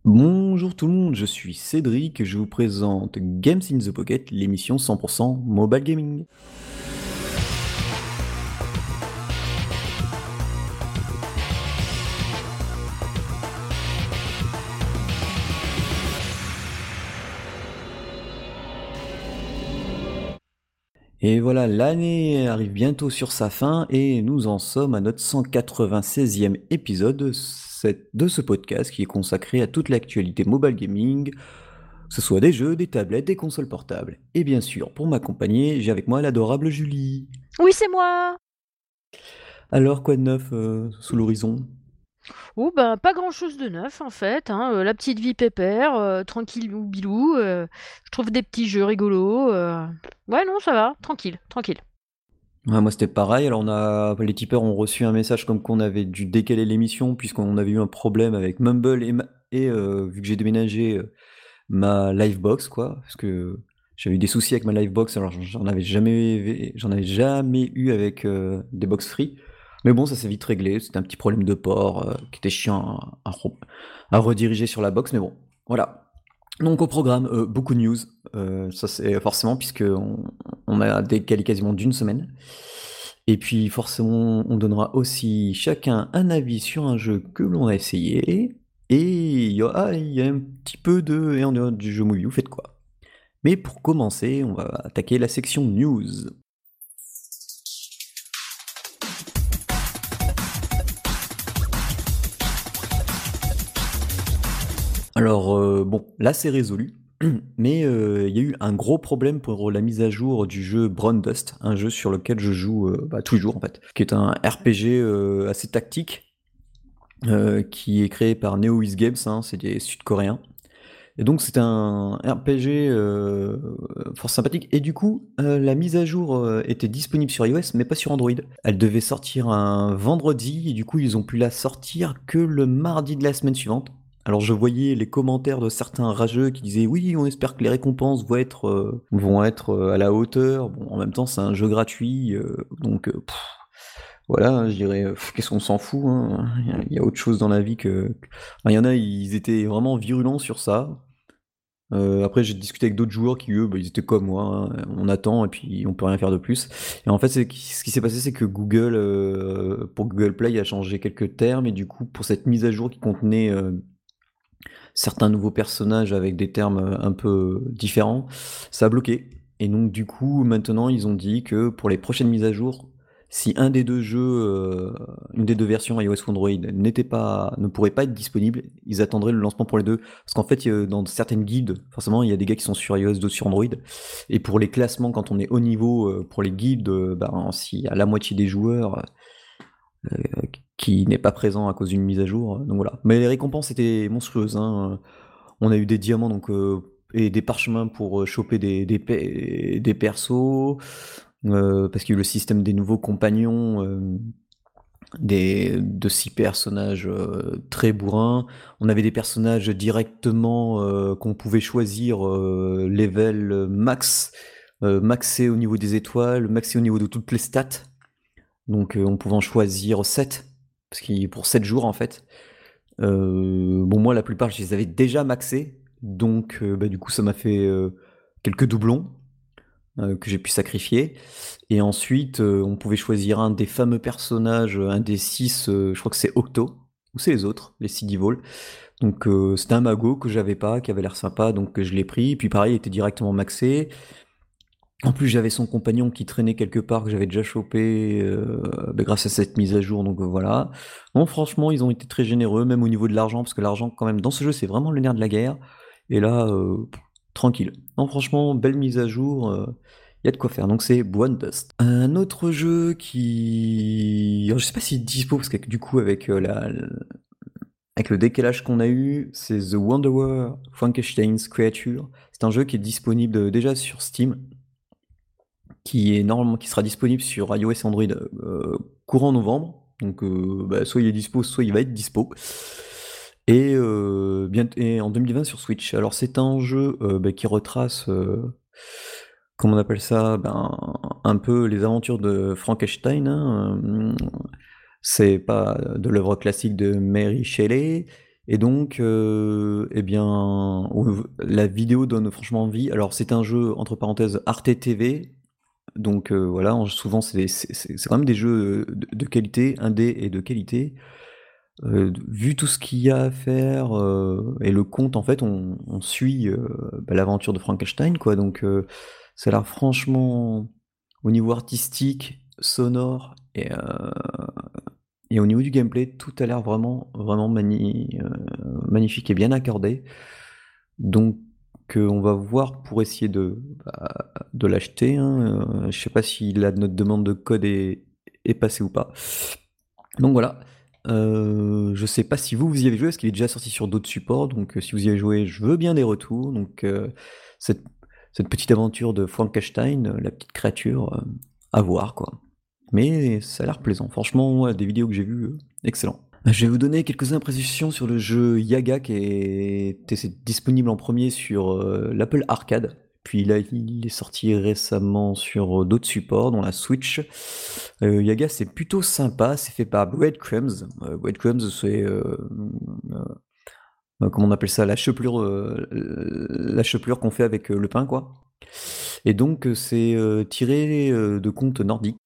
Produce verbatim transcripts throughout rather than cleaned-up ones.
Bonjour tout le monde, je suis Cédric et je vous présente Games in the Pocket, l'émission cent pour cent mobile gaming. Et voilà, l'année arrive bientôt sur sa fin et nous en sommes à notre cent quatre-vingt-seizième épisode de cette- de ce podcast qui est consacré à toute l'actualité mobile gaming, que ce soit des jeux, des tablettes, des consoles portables. Et bien sûr, pour m'accompagner, j'ai avec moi l'adorable Julie. Oui, c'est moi. Alors, quoi de neuf euh, sous l'horizon? Oh, ben, pas grand-chose de neuf, en fait, hein, euh, la petite vie pépère, euh, tranquille ou bilou. Euh, je trouve des petits jeux rigolos. euh. Ouais, non, ça va, tranquille, tranquille. Ouais, moi c'était pareil. Alors on a les tipeurs ont reçu un message comme qu'on avait dû décaler l'émission puisqu'on avait eu un problème avec Mumble et, ma- et euh, vu que j'ai déménagé euh, ma Livebox quoi parce que j'avais eu des soucis avec ma Livebox alors j'en avais jamais j'en avais jamais eu avec euh, des box free. Mais bon, ça s'est vite réglé, c'était un petit problème de port euh, qui était chiant à, à re- à rediriger sur la box mais bon, voilà. Donc au programme, euh, beaucoup de news, euh, ça c'est forcément puisque on, on a décalé quasiment d'une semaine. Et puis forcément, on donnera aussi chacun un avis sur un jeu que l'on a essayé. Et il y a, ah, il y a un petit peu de... Et en dehors du jeu mobile, vous faites quoi? Mais pour commencer, on va attaquer la section news. Alors euh, bon, là c'est résolu. Mais euh, il y a eu un gros problème pour la mise à jour du jeu Brown Dust, un jeu sur lequel je joue euh, bah, tous les jours en fait, qui est un R P G euh, assez tactique, euh, qui est créé par NeoWiz Games, hein, c'est des Sud-Coréens. Et donc c'est un R P G euh, fort sympathique. Et du coup, euh, la mise à jour euh, était disponible sur iOS, mais pas sur Android. Elle devait sortir un vendredi, et du coup ils ont pu la sortir que le mardi de la semaine suivante. Alors je voyais les commentaires de certains rageux qui disaient oui, on espère que les récompenses vont être, euh, vont être euh, à la hauteur. Bon, en même temps c'est un jeu gratuit, euh, donc euh, pff, voilà, hein, je dirais, euh, pff, qu'est-ce qu'on s'en fout, hein. Il y a- il y a autre chose dans la vie que... Enfin, il y en a, ils étaient vraiment virulents sur ça. Euh, après, j'ai discuté avec d'autres joueurs qui, eux, bah, ils étaient comme moi, hein. On attend et puis on peut rien faire de plus. Et en fait, c'est- ce qui s'est passé, c'est que Google, euh, pour Google Play, a changé quelques termes et du coup, pour cette mise à jour qui contenait euh, certains nouveaux personnages avec des termes euh, un peu différents, ça a bloqué. Et donc, du coup, maintenant, ils ont dit que pour les prochaines mises à jour, si un des deux jeux, euh, une des deux versions iOS ou Android n'était pas, ne pourrait pas être disponible, ils attendraient le lancement pour les deux. Parce qu'en fait, euh, dans certaines guildes, forcément, il y a des gars qui sont sur iOS, d'autres sur Android. Et pour les classements, quand on est haut niveau, euh, pour les guildes, euh, ben, s'il y a la moitié des joueurs euh, qui n'est pas présent à cause d'une mise à jour, euh, donc voilà. Mais les récompenses étaient monstrueuses, hein. On a eu des diamants donc euh, et des parchemins pour euh, choper des, des, pe- des persos, euh, parce qu'il y a eu le système des nouveaux compagnons, euh, des, de six personnages euh, très bourrins. On avait des personnages directement euh, qu'on pouvait choisir euh, level max, euh, maxé au niveau des étoiles, maxé au niveau de toutes les stats. Donc euh, on pouvait en choisir sept parce qu'il est pour sept jours en fait. Euh, bon, moi, la plupart, je les avais déjà maxés. Donc, euh, bah, du coup, ça m'a fait euh, quelques doublons euh, que j'ai pu sacrifier. Et ensuite, euh, on pouvait choisir un des fameux personnages, un des six, euh, je crois que c'est Octo, ou c'est les autres, les six Divol. Donc, euh, c'était un mago que j'avais pas, qui avait l'air sympa, donc euh, je l'ai pris. Et puis, pareil, il était directement maxé. En plus, j'avais son compagnon qui traînait quelque part, que j'avais déjà chopé euh, bah, grâce à cette mise à jour, donc euh, voilà. Bon, franchement, ils ont été très généreux, même au niveau de l'argent, parce que l'argent, quand même, dans ce jeu, c'est vraiment le nerf de la guerre. Et là, euh, pff, tranquille. Non, franchement, belle mise à jour, il y a de quoi faire. Donc c'est One Dust. Un autre jeu qui... Alors, je sais pas s'il est dispo, parce que du coup, avec, euh, la, avec le décalage qu'on a eu, c'est The Wanderer Frankenstein's Creature. C'est un jeu qui est disponible euh, déjà sur Steam, qui est normalement qui sera disponible sur iOS et Android euh, courant novembre. Donc euh, bah, soit il est dispo, soit il va être dispo. Et, euh, bien, et en deux mille vingt sur Switch. Alors c'est un jeu euh, bah, qui retrace, euh, comment on appelle ça, ben, un peu les aventures de Frankenstein, hein. C'est pas de l'œuvre classique de Mary Shelley. Et donc, euh, eh bien, la vidéo donne franchement envie. Alors, c'est un jeu, entre parenthèses, Arte T V. Donc euh, voilà, souvent c'est quand même des jeux de, de qualité, indé et de qualité. Euh, vu tout ce qu'il y a à faire euh, et le conte, en fait, on, on suit euh, bah, l'aventure de Frankenstein, quoi. Donc euh, ça a l'air franchement, au niveau artistique, sonore et, euh, et au niveau du gameplay, tout a l'air vraiment, vraiment mani- euh, magnifique et bien accordé. Donc euh, on va voir pour essayer de, bah, de l'acheter, hein. Euh, je sais pas si la, notre demande de code est, est passée ou pas. Donc voilà. Euh, je sais pas si vous, vous y avez joué, parce qu'il est déjà sorti sur d'autres supports. Donc euh, si vous y avez joué, je veux bien des retours. Donc euh, cette, cette petite aventure de Frankenstein, euh, la petite créature, euh, à voir quoi. Mais ça a l'air plaisant. Franchement, ouais, des vidéos que j'ai vues, euh, excellent. Je vais vous donner quelques impressions sur le jeu Yaga qui est, est disponible en premier sur euh, l'Apple Arcade. Puis là, il est sorti récemment sur euh, d'autres supports, dont la Switch. Euh, Yaga, c'est plutôt sympa. C'est fait par Breadcrumbs. Euh, Breadcrumbs, c'est euh, euh, comment on appelle ça, la chepelure, euh, la chepelure qu'on fait avec euh, le pain, quoi. Et donc, euh, c'est euh, tiré euh, de contes nordiques.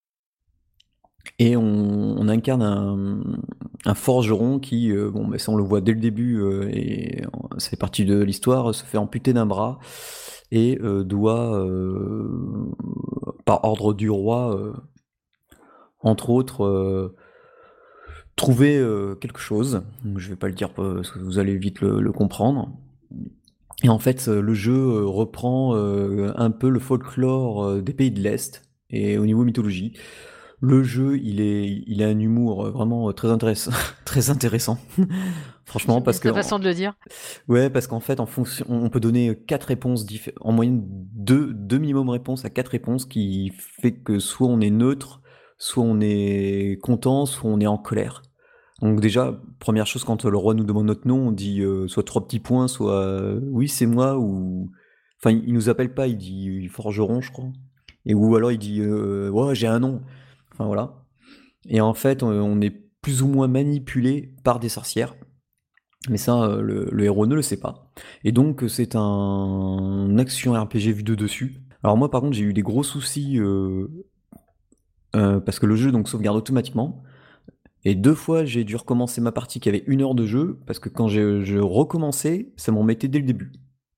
Et on, on incarne un, un forgeron qui, euh, bon, bah, ça on le voit dès le début, euh, et c'est partie de l'histoire, se fait amputer d'un bras et euh, doit, euh, par ordre du roi, euh, entre autres, euh, trouver euh, quelque chose. Donc, je vais pas le dire parce que vous allez vite le, le comprendre. Et en fait, le jeu euh, reprend euh, un peu le folklore euh, des pays de l'Est et au niveau mythologie. Le jeu, il est, il a un humour euh, vraiment euh, très intéressant, très intéressant. Franchement, J'aime bien parce que, ta façon de le dire. ouais, parce qu'en fait, en fonction, on peut donner quatre réponses diffé- en moyenne deux, deux minimum réponses à quatre réponses, qui fait que soit on est neutre, soit on est content, soit on est en colère. Donc déjà, première chose, quand le roi nous demande notre nom, on dit euh, soit trois petits points, soit euh, oui c'est moi, ou enfin il nous appelle pas, il dit forgeron je crois, et ou alors il dit euh, ouais j'ai un nom, enfin voilà. Et en fait on, on est plus ou moins manipulé par des sorcières, mais ça euh, le, le héros ne le sait pas. Et donc c'est un action R P G vu de dessus. Alors moi par contre j'ai eu des gros soucis euh, euh, parce que le jeu donc sauvegarde automatiquement. Et deux fois, j'ai dû recommencer ma partie qui avait une heure de jeu, parce que quand je, je recommençais, ça m'en mettait dès le début.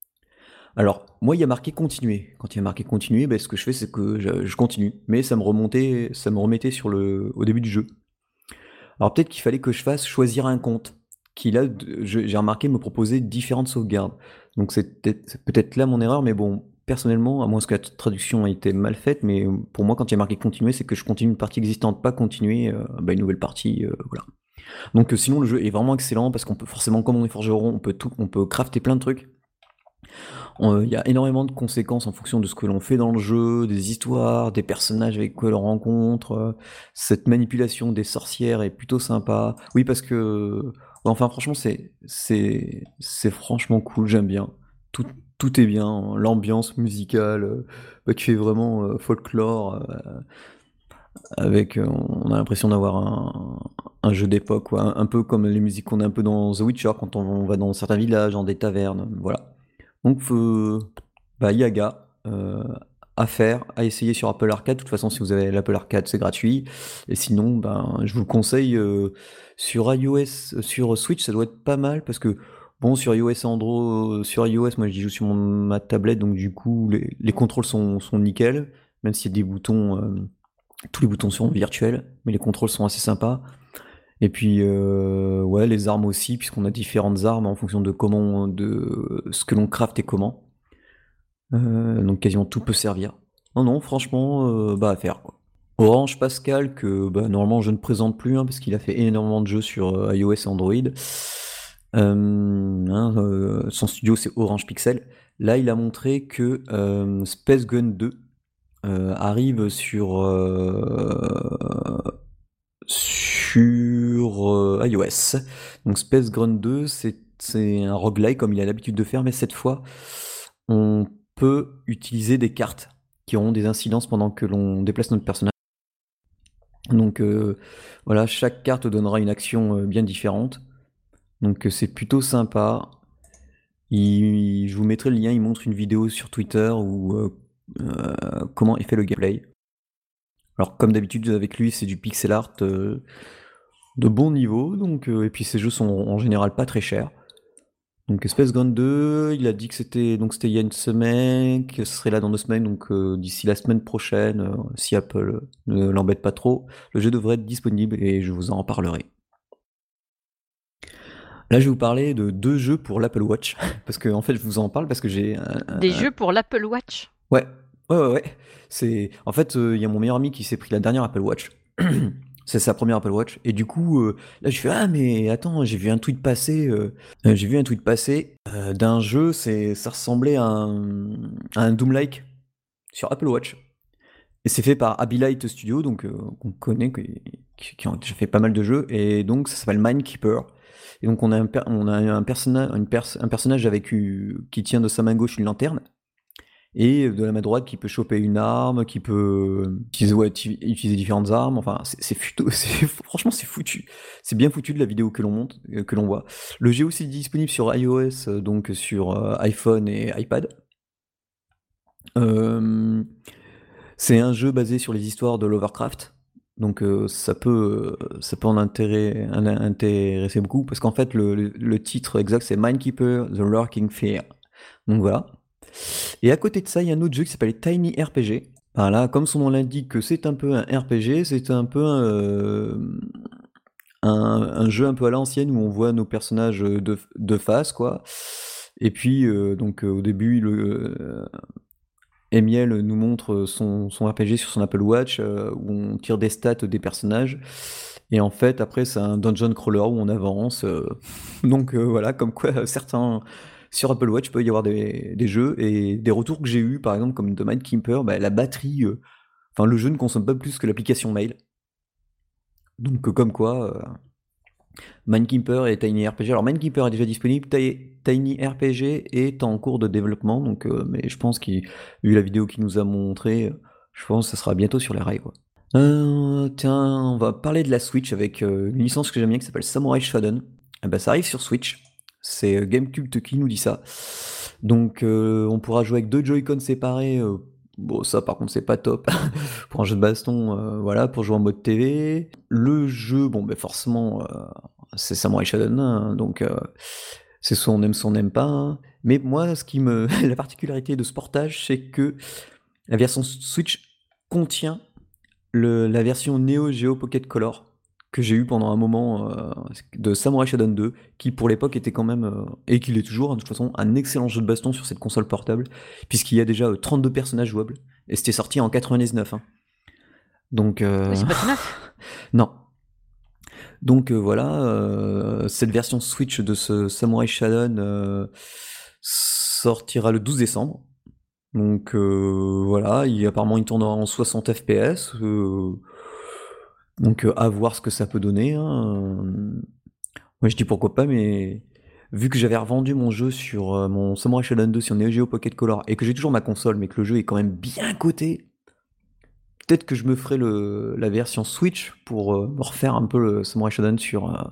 Alors, moi, il y a marqué continuer. Quand il y a marqué continuer, ben, ce que je fais, c'est que je, je continue. Mais ça me remontait, ça me remettait sur le, au début du jeu. Alors peut-être qu'il fallait que je fasse choisir un compte, qui là, de- je- j'ai remarqué, me proposait différentes sauvegardes. Donc c'est peut-être c'est peut-être là mon erreur, mais bon, personnellement, à moins que la traduction ait été mal faite, mais pour moi, quand il y a marqué continuer, c'est que je continue une partie existante, pas continuer euh, bah, une nouvelle partie, euh, voilà. Donc euh, sinon le jeu est vraiment excellent parce qu'on peut forcément, comme on est forgeron, on peut tout, on peut crafter plein de trucs. On- Il y a énormément de conséquences en fonction de ce que l'on fait dans le jeu, des histoires, des personnages avec quoi l'on rencontre. euh, Cette manipulation des sorcières est plutôt sympa. Oui parce que, ouais, enfin franchement c'est c'est c'est franchement cool, j'aime bien. Tout tout est bien, hein. L'ambiance musicale euh, bah, qui fait vraiment euh, folklore. euh, avec, euh, on a l'impression d'avoir un, un jeu d'époque, quoi. Un, un peu comme les musiques qu'on a un peu dans The Witcher quand on, on va dans certains villages, dans des tavernes, voilà. Donc, euh, bah, Yaga, euh, à faire, à essayer sur Apple Arcade. De toute façon, si vous avez l'Apple Arcade, c'est gratuit. Et sinon, ben, je vous le conseille euh, sur iOS, euh, sur Switch, ça doit être pas mal parce que bon, sur iOS et Android, sur iOS, moi je joue sur mon- ma tablette, donc du coup, les, les contrôles sont, sont nickel, même s'il y a des boutons. euh, tous les boutons sont virtuels, mais les contrôles sont assez sympas. Et puis, euh, ouais, les armes aussi, puisqu'on a différentes armes en fonction de comment, de ce que l'on craft et comment. Euh, donc quasiment tout peut servir. Non, non, franchement, euh, bah à faire quoi. Orange Pascal, que bah, normalement je ne présente plus, hein, parce qu'il a fait énormément de jeux sur euh, iOS et Android. Euh, hein, euh, son studio c'est Orange Pixel. Là, il a montré que euh, Space Gun deux euh, arrive sur euh, sur euh, iOS. Donc Space Ground deux, c'est c'est un roguelike comme il a l'habitude de faire, mais cette fois, on peut utiliser des cartes qui auront des incidences pendant que l'on déplace notre personnage. Donc euh, voilà, chaque carte donnera une action euh, bien différente. Donc c'est plutôt sympa. Il, je vous mettrai le lien, il montre une vidéo sur Twitter où euh, euh, comment il fait le gameplay. Alors comme d'habitude avec lui c'est du pixel art euh, de bon niveau, donc euh, et puis ces jeux sont en général pas très chers. Donc Space Ground deux, il a dit que c'était donc c'était il y a une semaine, que ce serait là dans deux semaines, donc euh, d'ici la semaine prochaine, euh, si Apple ne l'embête pas trop, le jeu devrait être disponible et je vous en reparlerai. Là, je vais vous parler de deux jeux pour l'Apple Watch, parce que en fait, je vous en parle parce que j'ai un, un- Des un- jeux pour l'Apple Watch. Ouais, ouais, ouais, ouais. C'est en fait, il y a mon meilleur ami qui s'est pris la dernière Apple Watch. C'est sa première Apple Watch. Et du coup, euh, là, je fais ah mais attends, j'ai vu un tweet passer. euh, euh, j'ai vu un tweet passer euh, d'un jeu. C'est, ça ressemblait à un, à un Doom-like sur Apple Watch. Et c'est fait par Abilite Studio, donc euh, qu'on connaît, qui, qui, qui ont déjà fait pas mal de jeux. Et donc ça s'appelle Minekeeper. Et donc on a un, per- on a un personnage, une pers- un personnage avec euh, qui tient de sa main gauche une lanterne et de la main droite qui peut choper une arme, qui peut euh, utiliser, ouais, ti- utiliser différentes armes. Enfin, c'est c'est futo- c'est- franchement c'est foutu. C'est bien foutu de la vidéo que l'on monte, euh, que l'on voit. Le jeu est aussi disponible sur iOS, euh, donc sur euh, iPhone et iPad. Euh, c'est un jeu basé sur les histoires de Lovecraft. Donc euh, ça peut, euh, ça peut en intéresser, en intéresser beaucoup parce qu'en fait le, le- le titre exact c'est Minekeeper The Lurking Fear. Donc voilà. Et à côté de ça, il y a un autre jeu qui s'appelle Tiny R P G. Voilà, comme son nom l'indique que c'est un peu un R P G, c'est un peu euh, un, un jeu un peu à l'ancienne où on voit nos personnages de, de face, quoi. Et puis, euh, donc euh, au début, le, euh, Emiel nous montre son, son R P G sur son Apple Watch euh, où on tire des stats des personnages. Et en fait, après, c'est un dungeon crawler où on avance. euh. Donc euh, voilà, comme quoi certains sur Apple Watch peut y avoir des, des jeux et des retours que j'ai eu, par exemple comme de Minekeeper, bah, la batterie, euh, enfin le jeu ne consomme pas plus que l'application mail. Donc euh, comme quoi, euh, Minekeeper et Tiny R P G. Alors Minekeeper est déjà disponible, Ti- Tiny R P G est en cours de développement, donc euh, mais je pense qu'il, vu la vidéo qu'il nous a montré, je pense que ça sera bientôt sur les rails, quoi. Euh, tiens, on va parler de la Switch avec euh, une licence que j'aime bien qui s'appelle Samurai Shodown. Eh ben, ça arrive sur Switch. C'est euh, Gamecult qui nous dit ça. Donc euh, on pourra jouer avec deux Joy-Con séparés. euh, bon, ça par contre c'est pas top pour un jeu de baston. euh, voilà, pour jouer en mode T V. Le jeu, bon, ben forcément, euh, c'est Samurai Shodown, hein, donc euh, c'est soit on aime, soit on n'aime pas, hein. Mais moi, ce qui me, la particularité de ce portage, c'est que la version Switch contient le, la version Neo Geo Pocket Color que j'ai eu pendant un moment euh, de Samurai Shodown deux, qui pour l'époque était quand même, euh, et qu'il est toujours, hein, de toute façon, un excellent jeu de baston sur cette console portable, puisqu'il y a déjà euh, trente-deux personnages jouables, et c'était sorti en quatre-vingt-dix-neuf. Hein. Donc, Oui, euh... c'est pas tout neuf. non. Donc euh, voilà, euh, cette version Switch de ce Samurai Shodown euh, sortira le douze décembre. Donc euh, voilà, il, apparemment il tournera en soixante F P S. euh, donc euh, à voir ce que ça peut donner. Hein. Moi je dis pourquoi pas, mais vu que j'avais revendu mon jeu sur euh, mon Samurai Shodown deux sur Neo Geo Pocket Color et que j'ai toujours ma console, mais que le jeu est quand même bien coté, peut-être que je me ferai le, la version Switch pour euh, me refaire un peu le Samurai Shodown sur, euh,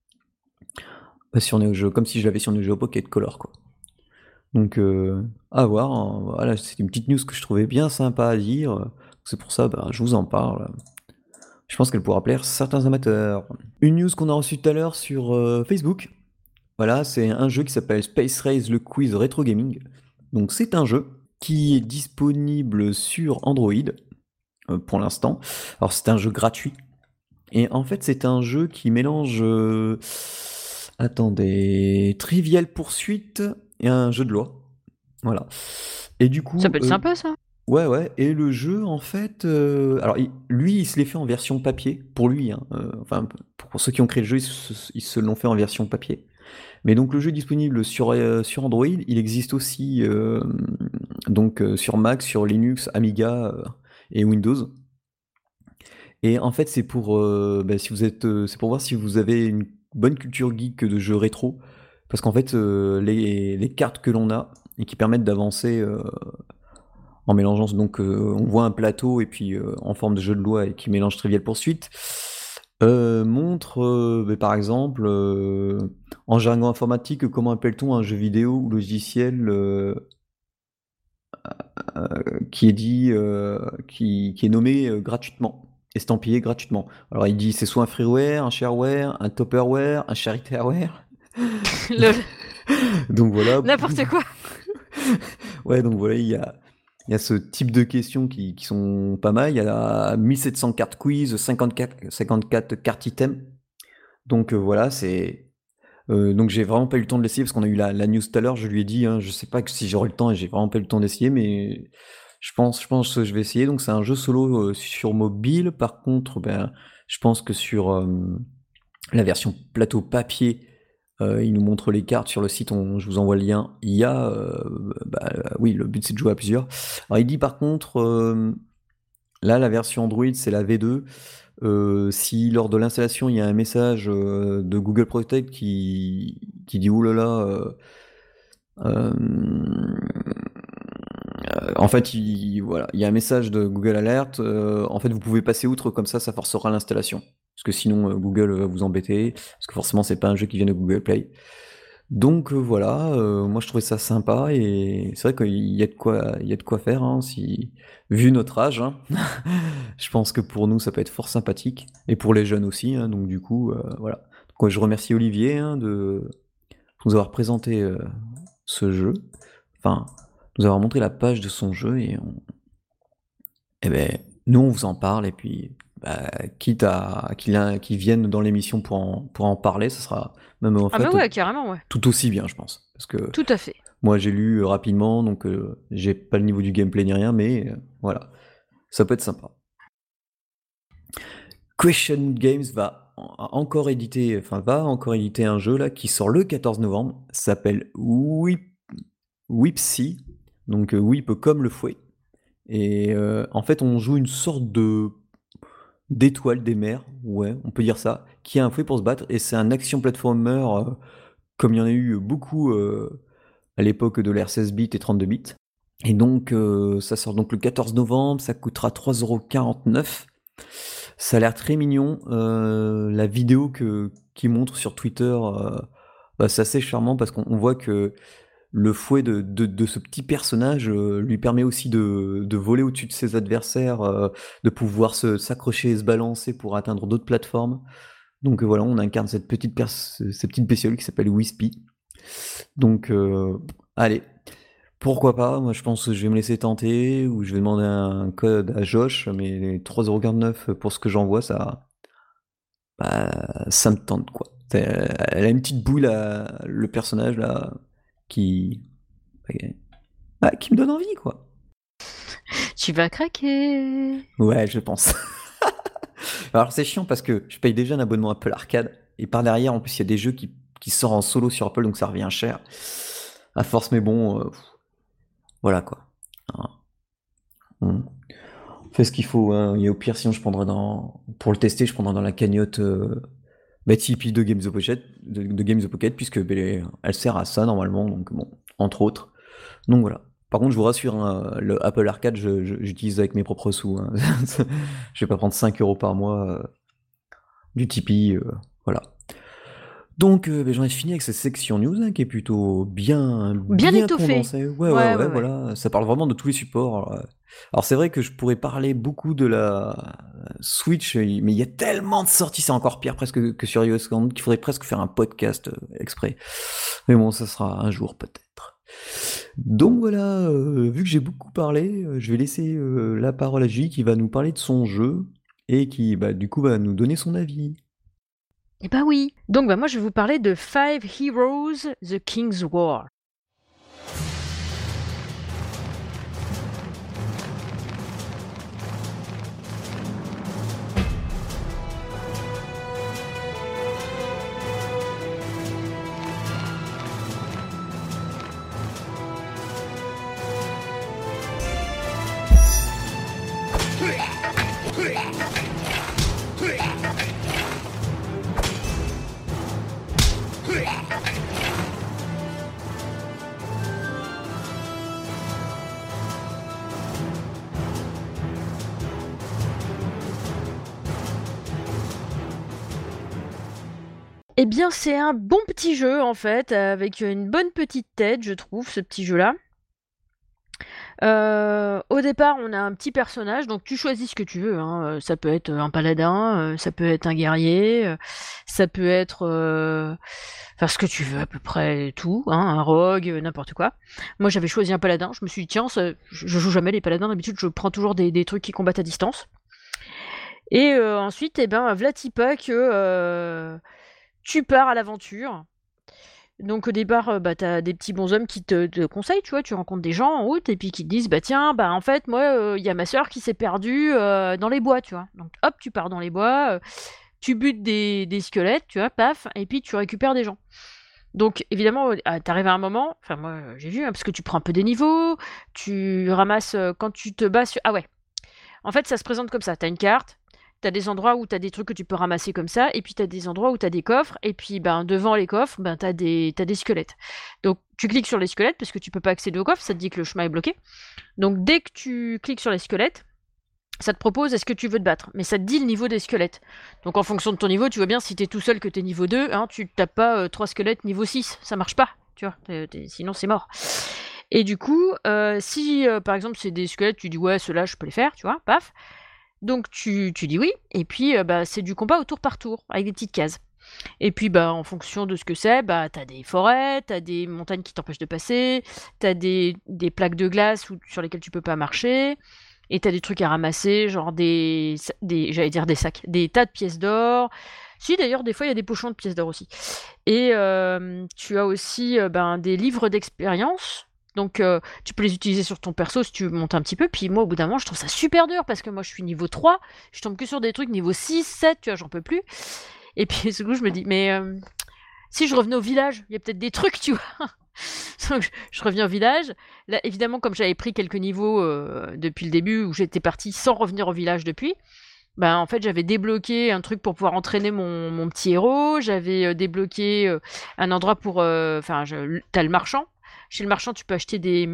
bah, sur Neo Geo, comme si je l'avais sur Neo Geo Pocket Color, quoi. Donc euh, à voir. Hein. Voilà, c'est une petite news que je trouvais bien sympa à dire. C'est pour ça, bah, je vous en parle. Je pense qu'elle pourra plaire certains amateurs. Une news qu'on a reçue tout à l'heure sur euh, Facebook. Voilà, c'est un jeu qui s'appelle Space Race le Quiz Retro Gaming. Donc c'est un jeu qui est disponible sur Android euh, pour l'instant. Alors c'est un jeu gratuit. Et en fait c'est un jeu qui mélange... euh, Attendez... Trivial Poursuite et un jeu de loi. Voilà. Et du Ça coup... peut être euh, sympa, ça. Ouais, ouais, et le jeu, en fait, euh, alors il- lui, il se l'est fait en version papier, pour lui, hein, euh, enfin, pour ceux qui ont créé le jeu, ils se, ils se l'ont fait en version papier. Mais donc le jeu est disponible sur, euh, sur Android, il existe aussi euh, donc euh, sur Mac, sur Linux, Amiga euh, et Windows. Et en fait, c'est pour, euh, bah, si vous êtes, euh, c'est pour voir si vous avez une bonne culture geek de jeux rétro, parce qu'en fait, euh, les, les cartes que l'on a et qui permettent d'avancer euh, en mélangeant, donc euh, on voit un plateau et puis euh, en forme de jeu de loi et qui mélange Trivial Poursuite, euh, montre euh, bah, par exemple, euh, En jargon informatique, comment appelle-t-on un jeu vidéo ou logiciel euh, euh, qui est dit, euh, qui, qui est nommé euh, gratuitement, estampillé gratuitement? Alors il dit c'est soit un freeware, un shareware, un topperware, un charityhareware. Lol. Donc voilà. N'importe quoi. Ouais, donc voilà, il y a, il y a ce type de questions qui, qui sont pas mal. Il y a mille sept cents cartes quiz, cinquante-quatre, cinquante-quatre cartes items. Donc euh, voilà, c'est. Euh, donc j'ai vraiment pas eu le temps de l'essayer parce qu'on a eu la, la news tout à l'heure. Je lui ai dit, hein, je sais pas que si j'aurai le temps et j'ai vraiment pas eu le temps d'essayer, mais je pense, je pense que je vais essayer. Donc c'est un jeu solo euh, sur mobile. Par contre, ben, je pense que sur euh, la version plateau papier, euh, il nous montre les cartes sur le site, on- je vous envoie le lien. Il y a, euh, bah, euh, oui, le but c'est de jouer à plusieurs. Alors il dit par contre, euh, là la version Android c'est la V deux. Euh, si lors de l'installation il y a un message euh, de Google Protect qui, qui dit oulala, euh, euh, euh, en fait il, voilà, il y a un message de Google Alert, euh, en fait vous pouvez passer outre comme ça, ça forcera l'installation. Parce que sinon euh, Google va vous embêter, parce que forcément c'est pas un jeu qui vient de Google Play. Donc euh, voilà, euh, moi je trouvais ça sympa et c'est vrai qu'il y a de quoi, il y a de quoi faire, hein, si, vu notre âge, hein. Je pense que pour nous ça peut être fort sympathique et pour les jeunes aussi, hein, donc du coup euh, voilà. Donc, je remercie Olivier hein, de nous avoir présenté euh, ce jeu, enfin nous avoir montré la page de son jeu et, on... eh ben nous on vous en parle et puis bah, quitte à qu'il qu'il vienne dans l'émission pour en, pour en parler, ça sera même en Ah mais fait ouais, carrément, ouais. tout aussi bien je pense, parce que Tout à fait. moi j'ai lu euh, rapidement, donc euh, j'ai pas le niveau du gameplay ni rien, mais euh, voilà, ça peut être sympa. Question Games va en- encore éditer, enfin va encore éditer un jeu là qui sort le quatorze novembre, ça s'appelle Whip, Whipsy, donc euh, whip comme le fouet. Et euh, en fait on joue une sorte de d'étoile des mers, ouais, on peut dire ça, qui a un fouet pour se battre, et c'est un action platformer euh, comme il y en a eu beaucoup euh, à l'époque de l'R seize bits et trente-deux bits. Et donc, euh, ça sort donc le quatorze novembre, ça coûtera trois euros quarante-neuf. Ça a l'air très mignon. Euh, la vidéo que, qui montre sur Twitter, euh, bah, c'est assez charmant parce qu'on on voit que le fouet de, de, de ce petit personnage euh, lui permet aussi de, de voler au-dessus de ses adversaires, euh, de pouvoir se, s'accrocher et se balancer pour atteindre d'autres plateformes. Donc euh, voilà, on incarne cette petite, pers- cette petite bestiole qui s'appelle Wispy. Donc, euh, allez, pourquoi pas? Moi, je pense que je vais me laisser tenter ou je vais demander un code à Josh, mais trois euros quarante-neuf pour ce que j'envoie, ça, bah, ça me tente, quoi. C'est- Elle a une petite boule, là, le personnage, là, qui, bah, qui me donne envie, quoi. Tu vas craquer. Ouais, je pense. Alors, c'est chiant parce que je paye déjà un abonnement Apple Arcade, et par derrière, en plus, il y a des jeux qui, qui sortent en solo sur Apple, donc ça revient cher. À force, mais bon, euh, voilà, quoi. Hein. On fait ce qu'il faut, hein. Et au pire, sinon, je prendrai dans, pour le tester, je prendrai dans la cagnotte euh, bah, Tipeee de Games of Pocket, de, de Games of Pocket, puisque bah, elle, elle sert à ça normalement, donc bon, entre autres. Donc voilà. Par contre, je vous rassure, hein, le Apple Arcade, je, je- j'utilise avec mes propres sous, hein. Je vais pas prendre cinq euros par mois euh, du Tipeee, euh, voilà. Donc, euh, ben, j'en ai fini avec cette section news hein, qui est plutôt bien, Bien bien étoffé. condensée. Ouais, ouais, Ouais, ouais, ouais, ouais. voilà. Ça parle vraiment de tous les supports. Alors, euh, alors c'est vrai que je pourrais parler beaucoup de la Switch, mais il y a tellement de sorties, c'est encore pire presque que, que sur iOS qu'il faudrait presque faire un podcast euh, exprès. Mais bon, ça sera un jour peut-être. Donc voilà, euh, vu que j'ai beaucoup parlé, euh, je vais laisser euh, la parole à J qui va nous parler de son jeu et qui, bah, du coup, va nous donner son avis. Eh bah oui. Donc bah moi je vais vous parler de Five Heroes: The King's War. Eh bien, c'est un bon petit jeu, en fait, avec une bonne petite tête, je trouve, ce petit jeu-là. Heu, au départ, on a un petit personnage, donc tu choisis ce que tu veux, hein, heu, ça peut être, un paladin, heu, ça peut être un guerrier, heu, ça peut être, heu, enfin ce que tu veux à peu près tout, hein, un rogue, heu, n'importe quoi. Moi, j'avais choisi un paladin, je me suis dit: «Tiens, ça» je je joue jamais les paladins d'habitude, je prends toujours des des trucs qui combattent à distance et heu, ensuite, et ben, v'là t pas que, heu, tu pars à l'aventure. Donc au départ, heu, bah, tu as des petits bonshommes qui te te conseillent, tu vois? Tu rencontres des gens en route et puis qui te disent: «Bah, tiens, bah, en fait, moi, heu, il y a ma sœur qui s'est perdue, heu, dans les bois», tu vois? Donc hop, tu pars dans les bois, heu, tu butes des des squelettes, tu vois? Paf et puis tu récupères des gens. Donc évidemment, heu, ah, tu arrives à un moment, enfin moi, heu, j'ai vu, hein, parce que tu prends un peu des niveaux, tu ramasses, heu, quand tu te bats sur ah ouais, en fait, ça se présente comme ça. Tu as une carte, tu as des endroits où tu as des trucs que tu peux ramasser comme ça, et puis tu as des endroits où tu as des coffres, et puis ben, devant les coffres, ben, tu as des, t'as des squelettes. Donc tu cliques sur les squelettes parce que tu peux pas accéder au coffre, ça te dit que le chemin est bloqué. Donc dès que tu cliques sur les squelettes, ça te propose est-ce que tu veux te battre, mais ça te dit le niveau des squelettes. Donc en fonction de ton niveau, tu vois bien si t'es tout seul que t'es niveau deux, hein, tu tapes pas euh, trois squelettes niveau six, ça marche pas, tu vois, t'es- t'es- sinon c'est mort. Et du coup, euh, si euh, par exemple c'est des squelettes, tu dis ouais, ceux-là je peux les faire, tu vois, paf. Donc tu, tu dis oui, et puis euh, bah, c'est du combat au tour par tour, avec des petites cases. Et puis bah, en fonction de ce que c'est, bah, t'as des forêts, t'as des montagnes qui t'empêchent de passer, t'as des, des plaques de glace où- sur lesquelles tu peux pas marcher, et t'as des trucs à ramasser, genre des, sa- des j'allais dire des sacs, des tas de pièces d'or. Si d'ailleurs des fois il y a des pochons de pièces d'or aussi. Et euh, tu as aussi euh, ben, des livres d'expérience. Donc euh, tu peux les utiliser sur ton perso si tu veux monter un petit peu. Puis moi au bout d'un moment je trouve ça super dur parce que moi je suis niveau trois, je tombe que sur des trucs niveau six, sept, tu vois, j'en peux plus. Et puis ce coup je me dis mais euh, si je revenais au village, il y a peut-être des trucs, tu vois. Donc je, je reviens au village. Là évidemment comme j'avais pris quelques niveaux euh, depuis le début où j'étais partie sans revenir au village depuis, bah, en fait, j'avais débloqué un truc pour pouvoir entraîner mon, mon petit héros. J'avais euh, débloqué euh, un endroit pour. euh, Enfin, je- t'as le marchand. Chez le marchand, tu peux acheter des,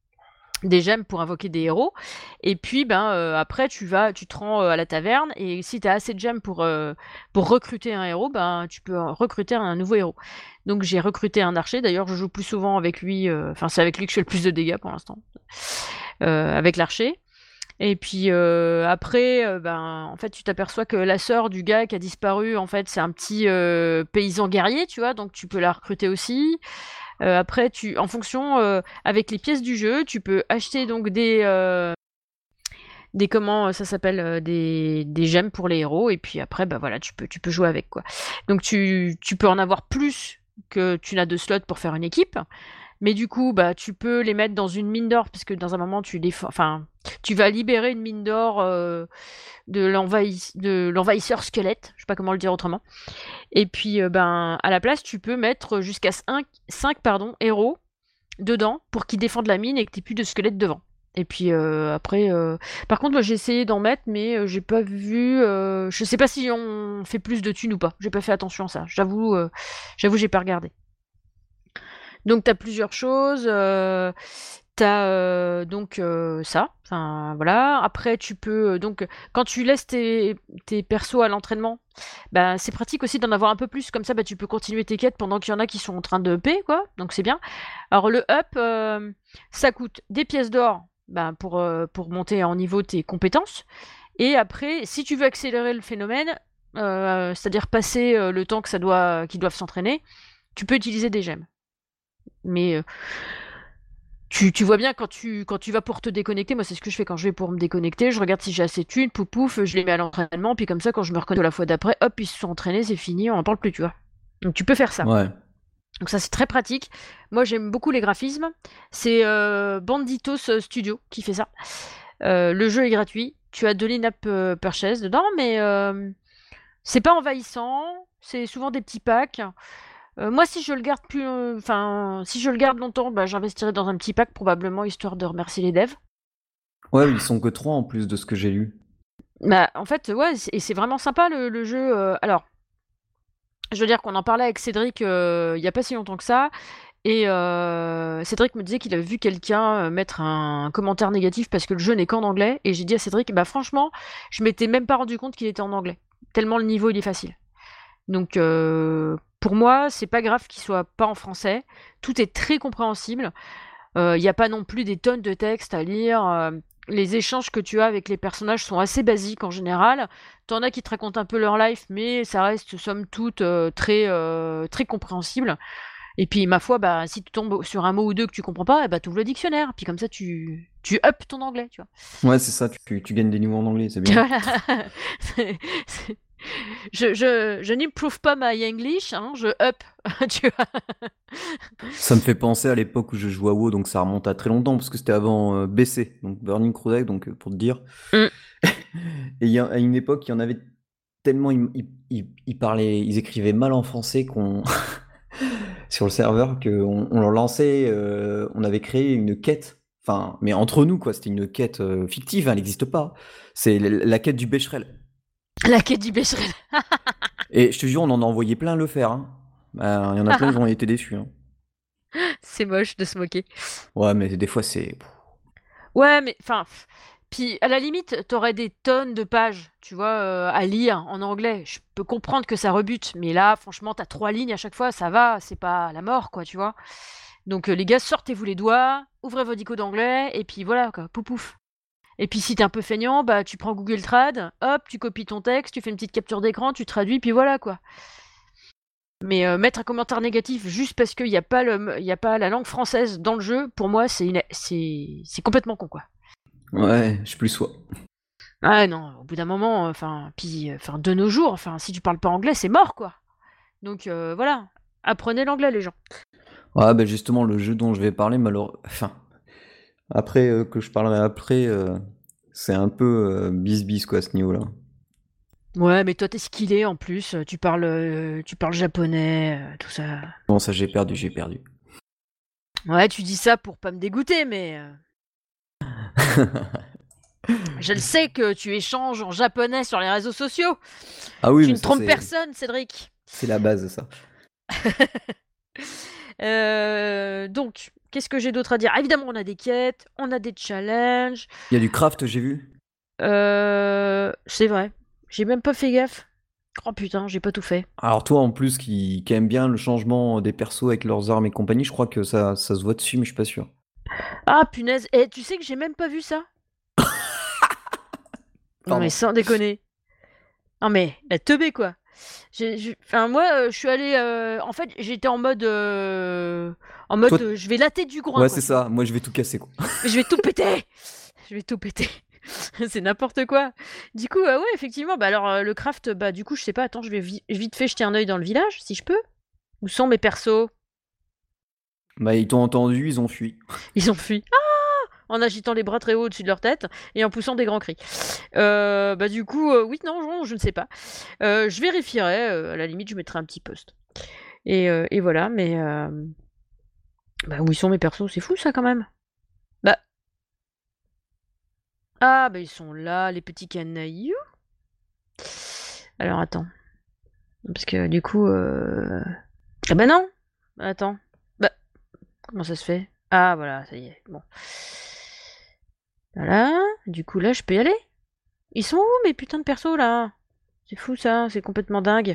des gemmes pour invoquer des héros. Et puis, ben, euh, après, tu vas, tu te rends euh, à la taverne. Et si tu as assez de gemmes pour, euh, pour recruter un héros, ben, tu peux recruter un nouveau héros. Donc, j'ai recruté un archer. D'ailleurs, je joue plus souvent avec lui. euh, Enfin, c'est avec lui que je fais le plus de dégâts pour l'instant. Euh, avec l'archer. Et puis euh, après, euh, ben, en fait, tu t'aperçois que la sœur du gars qui a disparu, en fait, c'est un petit euh, paysan guerrier, tu vois, donc tu peux la recruter aussi. Euh, après, tu, en fonction, euh, avec les pièces du jeu, tu peux acheter donc des, euh, des comment ça s'appelle, euh, des, des gemmes pour les héros, et puis après, bah voilà, tu peux, tu peux jouer avec quoi. Donc tu, tu peux en avoir plus que tu n'as de slots pour faire une équipe. Mais du coup, bah, tu peux les mettre dans une mine d'or, parce que dans un moment, tu les, enfin, tu vas libérer une mine d'or euh, de l'envahi- de l'envahisseur squelette, je sais pas comment le dire autrement. Et puis, euh, ben, à la place, tu peux mettre jusqu'à cinq, cinq pardon, héros dedans pour qu'ils défendent la mine et que tu plus de squelettes devant. Et puis euh, après, euh, par contre, moi j'ai essayé d'en mettre, mais euh, j'ai pas vu. Euh, je sais pas si on fait plus de thunes ou pas. J'ai pas fait attention à ça. J'avoue, euh, j'avoue, j'ai pas regardé. Donc tu as plusieurs choses. Euh, tu as donc euh, ça. Enfin voilà. Après tu peux euh, donc quand tu laisses tes, tes persos à l'entraînement, bah, c'est pratique aussi d'en avoir un peu plus. Comme ça, bah, tu peux continuer tes quêtes pendant qu'il y en a qui sont en train de upper, quoi. Donc c'est bien. Alors le up, euh, ça coûte des pièces d'or bah, pour, euh, pour monter en niveau tes compétences. Et après, si tu veux accélérer le phénomène, euh, c'est-à-dire passer euh, le temps que ça doit, qu'ils doivent s'entraîner, tu peux utiliser des gemmes. Mais euh, tu, tu vois bien quand tu, quand tu vas pour te déconnecter, moi c'est ce que je fais quand je vais pour me déconnecter, je regarde si j'ai assez de thunes, pouf pouf, je les mets à l'entraînement, puis comme ça quand je me reconnais la fois d'après, hop, ils se sont entraînés, c'est fini, on n'en parle plus, tu vois. Donc tu peux faire ça. Ouais. Donc ça c'est très pratique. Moi j'aime beaucoup les graphismes. C'est euh, Banditos Studio qui fait ça. Euh, le jeu est gratuit. Tu as de l'in-app euh, purchase dedans, mais euh, c'est pas envahissant. C'est souvent des petits packs. Euh, moi, si je le garde plus, euh, enfin, si je le garde longtemps, bah, j'investirai dans un petit pack probablement histoire de remercier les devs. Ouais, ils sont que trois en plus de ce que j'ai lu. Bah, en fait, ouais, c'est- et c'est vraiment sympa le, le jeu. euh, Alors, je veux dire qu'on en parlait avec Cédric euh, il y a pas si longtemps que ça, et euh, Cédric me disait qu'il avait vu quelqu'un euh, mettre un commentaire négatif parce que le jeu n'est qu'en anglais, et j'ai dit à Cédric, bah franchement, je m'étais même pas rendu compte qu'il était en anglais, tellement le niveau il est facile. Donc, euh, pour moi, c'est pas grave qu'il soit pas en français. Tout est très compréhensible. Il euh, n'y a pas non plus des tonnes de textes à lire. Euh, les échanges que tu as avec les personnages sont assez basiques en général. T'en as qui te racontent un peu leur life, mais ça reste somme toute euh, très, euh, très compréhensible. Et puis, ma foi, bah, si tu tombes sur un mot ou deux que tu comprends pas, bah, tu ouvres le dictionnaire. Puis comme ça, tu, tu up ton anglais, tu vois. Ouais, c'est ça, tu, tu gagnes des niveaux en anglais, c'est bien. Voilà. C'est- c'est- Je, je, je n'improve pas my English, hein, je up, tu vois. Ça me fait penser à l'époque où je jouais à WoW, donc ça remonte à très longtemps, parce que c'était avant euh, B C, donc Burning Crusade, donc euh, pour te dire. Mm. Et il y a, à une époque, il y en avait tellement, ils, ils, ils- ils parlaient, ils écrivaient mal en français qu'on sur le serveur qu'on on leur lançait, euh, on avait créé une quête, enfin, mais entre nous, quoi, c'était une quête euh, fictive, hein, elle n'existe pas. C'est la, la quête du Becherel. La quête du Becherel. Et je te jure, on en a envoyé plein à le faire. Hein. Euh, Il y en a plein, ils ont été déçus. Hein. C'est moche de se moquer. Ouais, mais des fois, c'est. Ouais, mais enfin, pff, puis à la limite, t'aurais des tonnes de pages, tu vois, euh, à lire en anglais. Je peux comprendre que ça rebute, mais là, franchement, t'as trois lignes à chaque fois, ça va, c'est pas la mort, quoi, tu vois. Donc euh, les gars, sortez-vous les doigts, ouvrez vos dicos d'anglais, et puis voilà, quoi, poupouf. Et puis si t'es un peu feignant, bah tu prends Google Trad, hop, tu copies ton texte, tu fais une petite capture d'écran, tu traduis, puis voilà, quoi. Mais euh, mettre un commentaire négatif juste parce qu'il n'y a, pas le, y a pas la langue française dans le jeu, pour moi, c'est une- c'est c'est complètement con, quoi. Ouais, je suis plus soi. Ah non, au bout d'un moment, enfin, puis, enfin, de nos jours, enfin, si tu parles pas anglais, c'est mort, quoi. Donc euh, voilà, apprenez l'anglais, les gens. Ouais, bah justement, le jeu dont je vais parler, malheureusement. Enfin, après, euh, que je parlerai après, euh, c'est un peu euh, bis-bis, quoi, à ce niveau-là. Ouais, mais toi, t'es skillé en plus, tu parles, euh, tu parles japonais, euh, tout ça. Bon, ça, j'ai perdu, j'ai perdu. Ouais, tu dis ça pour pas me dégoûter, mais euh, je le sais que tu échanges en japonais sur les réseaux sociaux. Ah oui, Tu mais ne ça, trompes c'est personne, Cédric. c'est la base, ça. Euh, donc, qu'est-ce que j'ai d'autre à dire? Ah, évidemment, on a des quêtes, on a des challenges. Il y a du craft, j'ai vu. Euh, c'est vrai. J'ai même pas fait gaffe. Oh putain, j'ai pas tout fait. Alors toi, en plus, qui, qui aime bien le changement des persos avec leurs armes et compagnie, je crois que ça, ça se voit dessus, mais je suis pas sûr. Ah punaise. Et tu sais que j'ai même pas vu ça? Non mais Pardon. sans déconner. Non mais la teubé quoi. J'ai- j'ai- Enfin moi, euh, je suis allé. euh, En fait, j'étais en mode, euh, en Toi, mode, euh, je vais latter du groin ouais, quoi, c'est tu vois. ça. Moi, je vais tout casser, quoi. Mais je vais tout péter. Je vais tout péter. C'est n'importe quoi. Du coup, euh, ouais, effectivement. Bah alors euh, le craft, bah du coup, je sais pas. Attends, je vais vi- vite fait jeter un œil dans le village, si je peux. Où sont mes persos? Bah, ils t'ont entendu, ils ont fui. Ils ont fui. En agitant les bras très haut au-dessus de leur tête et en poussant des grands cris. Euh, bah du coup, euh, oui, non, je, je ne sais pas. Euh, je vérifierai, euh, à la limite, je mettrai un petit post. Et, euh, et voilà, mais... euh, Bah où ils sont mes persos? C'est fou ça quand même. Bah... Ah, bah ils sont là, les petits canailloux. Alors attends. Parce que du coup... Euh... Ah bah non. Attends. Bah, comment ça se fait? Ah voilà, ça y est, bon. Voilà, du coup là, je peux y aller. Ils sont où mes putains de persos là? C'est fou ça, c'est complètement dingue.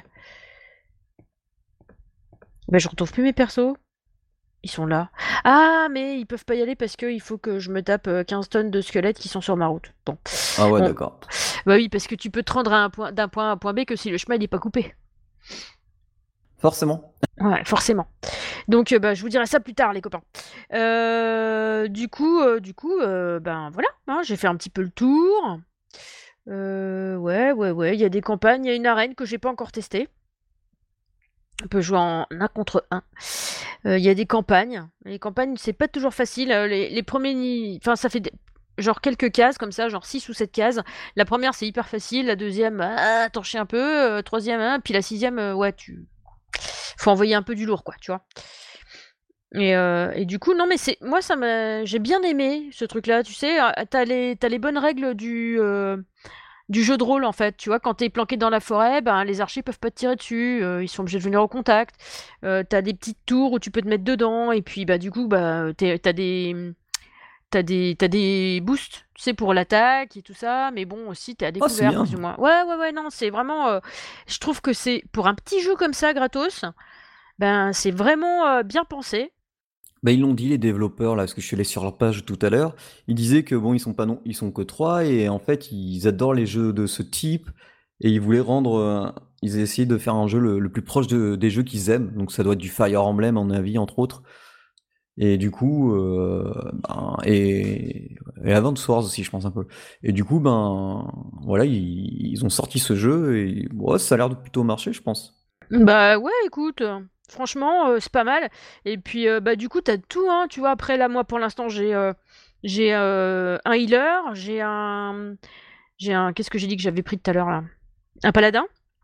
Bah je retrouve plus mes persos. Ils sont là. Ah mais ils peuvent pas y aller parce qu'il faut que je me tape euh, quinze tonnes de squelettes qui sont sur ma route. Bon. Ah ouais, Bon. d'accord. Bah oui, parce que tu peux te rendre à un point, d'un point A à un point B que si le chemin il est pas coupé. Forcément. Ouais, forcément. Donc euh, bah je vous dirai ça plus tard les copains. Euh, du coup, euh, du coup, euh, ben voilà, hein, j'ai fait un petit peu le tour. Euh, ouais, ouais, ouais, il y a des campagnes, il y a une arène que j'ai pas encore testée. On peut jouer en un contre un. Euh, Il y a des campagnes. Les campagnes, c'est pas toujours facile. Euh, Les, les premiers... ni- Enfin, ça fait des- genre quelques cases, comme ça, genre six ou sept cases. La première, c'est hyper facile. La deuxième, ah, t'en chies un peu. Euh, troisième, hein. Puis la sixième, euh, ouais, tu... Faut envoyer un peu du lourd, quoi, tu vois. Et, euh, et du coup, non, mais c'est... Moi, ça m'a... J'ai bien aimé, ce truc-là. Tu sais, euh, t'as les... t'as les bonnes règles du... euh, du jeu de rôle en fait, tu vois, quand t'es planqué dans la forêt, ben les archers peuvent pas te tirer dessus, euh, ils sont obligés de venir au contact. Euh, t'as des petites tours où tu peux te mettre dedans et puis bah du coup bah t'es- t'as des t'as des t'as des boosts, tu sais, pour l'attaque et tout ça, mais bon aussi t'es à Oh, c'est découvert bien. plus ou moins. Ouais ouais ouais non, c'est vraiment, euh, je trouve que c'est pour un petit jeu comme ça gratos. Ben, c'est vraiment, heu, bien pensé. Bah, ils l'ont dit les développeurs là, parce que je suis allé sur leur page tout à l'heure. Ils disaient que bon, ils sont pas non, ils sont que trois et en fait ils adorent les jeux de ce type et ils voulaient rendre, euh, ils essayaient de faire un jeu le, le plus proche de- des jeux qu'ils aiment. Donc ça doit être du Fire Emblem en avis entre autres. Et du coup, euh, ben, et, et Advance Wars aussi, je pense un peu. Et du coup, ben voilà, ils, ils ont sorti ce jeu et ouais, ça a l'air de plutôt marcher, je pense. Bah, ouais, écoute, heu, franchement, heu, c'est pas mal et puis, heu, bah, du coup, t'as tout, hein, tu vois? Après là, moi, pour l'instant, j'ai, heu, j'ai, heu, un healer, j'ai un, mmh, j'ai un qu'est-ce que j'ai dit que j'avais pris tout à l'heure là? Un paladin,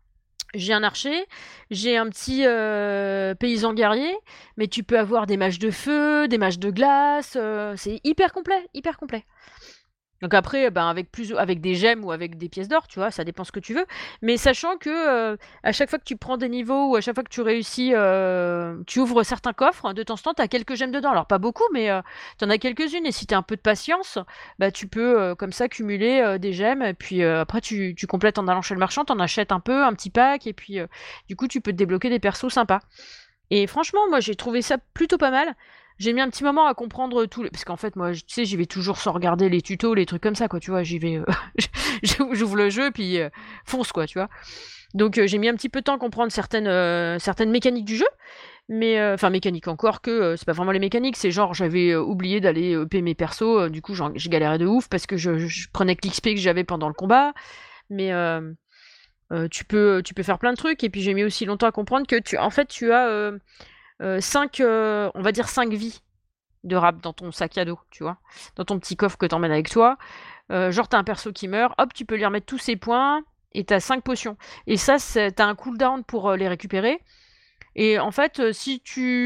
j'ai un archer, j'ai un petit, heu, paysan guerrier, mais tu peux avoir des mages de feu, des mages de glace, heu, c'est hyper complet, hyper complet. Donc après, ben, avec plus avec des gemmes ou avec des pièces d'or, tu vois? Ça dépend ce que tu veux. Mais sachant que, heu, à chaque fois que tu prends des niveaux ou à chaque fois que tu réussis, heu, tu ouvres certains coffres, de temps en temps, tu as quelques gemmes dedans. Alors pas beaucoup, mais, heu, tu en as quelques-unes et si tu as un peu de patience, bah, tu peux, heu, comme ça cumuler, heu, des gemmes et puis, heu, après tu tu complètes en allant chez le marchand, tu en achètes un peu, un petit pack et puis, heu, du coup, tu peux te débloquer des persos sympas. Et franchement, moi, j'ai trouvé ça plutôt pas mal. J'ai mis un petit moment à comprendre tout le parce qu'en fait, moi, j tu sais, j'y vais toujours sans regarder les tutos, les trucs comme ça, quoi, tu vois? J'y vais, heu, j'ouvre j'ouvre le jeu puis, heu, fonce, quoi, tu vois? Donc, heu, j'ai mis un petit peu de temps à comprendre certaines, heu, certaines mécaniques du jeu, mais, heu enfin mécaniques encore que, heu, c'est pas vraiment les mécaniques, c'est genre j'avais, heu, oublié d'aller E P mes persos, heu, du coup, j'en je galérais de ouf parce que je je prenais que l'X P que j'avais pendant le combat, mais, hem, heu, tu peux, tu peux faire plein de trucs et puis j'ai mis aussi longtemps à comprendre que tu en fait, tu as, heu heu, cinq, heu, on va dire cinq vies de rap dans ton sac à dos, tu vois? Dans ton petit coffre que tu emmènes avec toi. Heu, genre tu as un perso qui meurt, hop, tu peux lui remettre tous ses points et tu as cinq potions et ça, c'est tu as un cooldown pour, heu, les récupérer et en fait, heu, si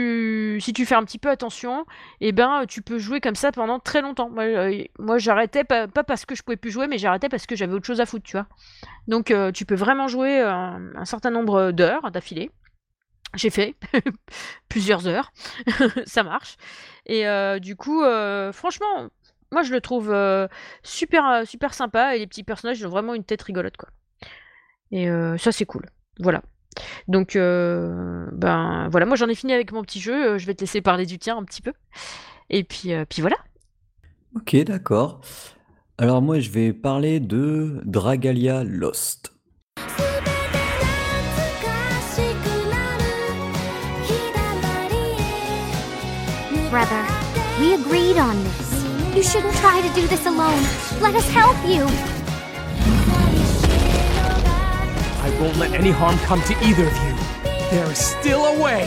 tu si tu fais un petit peu attention et ben, heu, tu peux jouer comme ça pendant très longtemps. Moi, heu, moi j'arrêtais pas pas parce que je pouvais plus jouer, mais j'arrêtais parce que j'avais autre chose à foutre, tu vois? Donc heu, tu peux vraiment jouer, heu, un un certain nombre d'heures d'affilée. J'ai fait plusieurs heures, ça marche et heu, du coup, heu, franchement, moi je le trouve, heu, super, heu, super sympa et les petits personnages, ils ont vraiment une tête rigolote, quoi et heu, ça c'est cool. Voilà. Donc heu, ben, voilà, moi j'en ai fini avec mon petit jeu, heu, je vais te laisser parler du tien un petit peu et puis, heu, puis voilà. Ok, d'accord. Alors moi, je vais parler de Dragalia Lost. Brother, we agreed on this. You shouldn't try to do this alone. Let us help you. I won't let any harm come to either of you. There is still a way.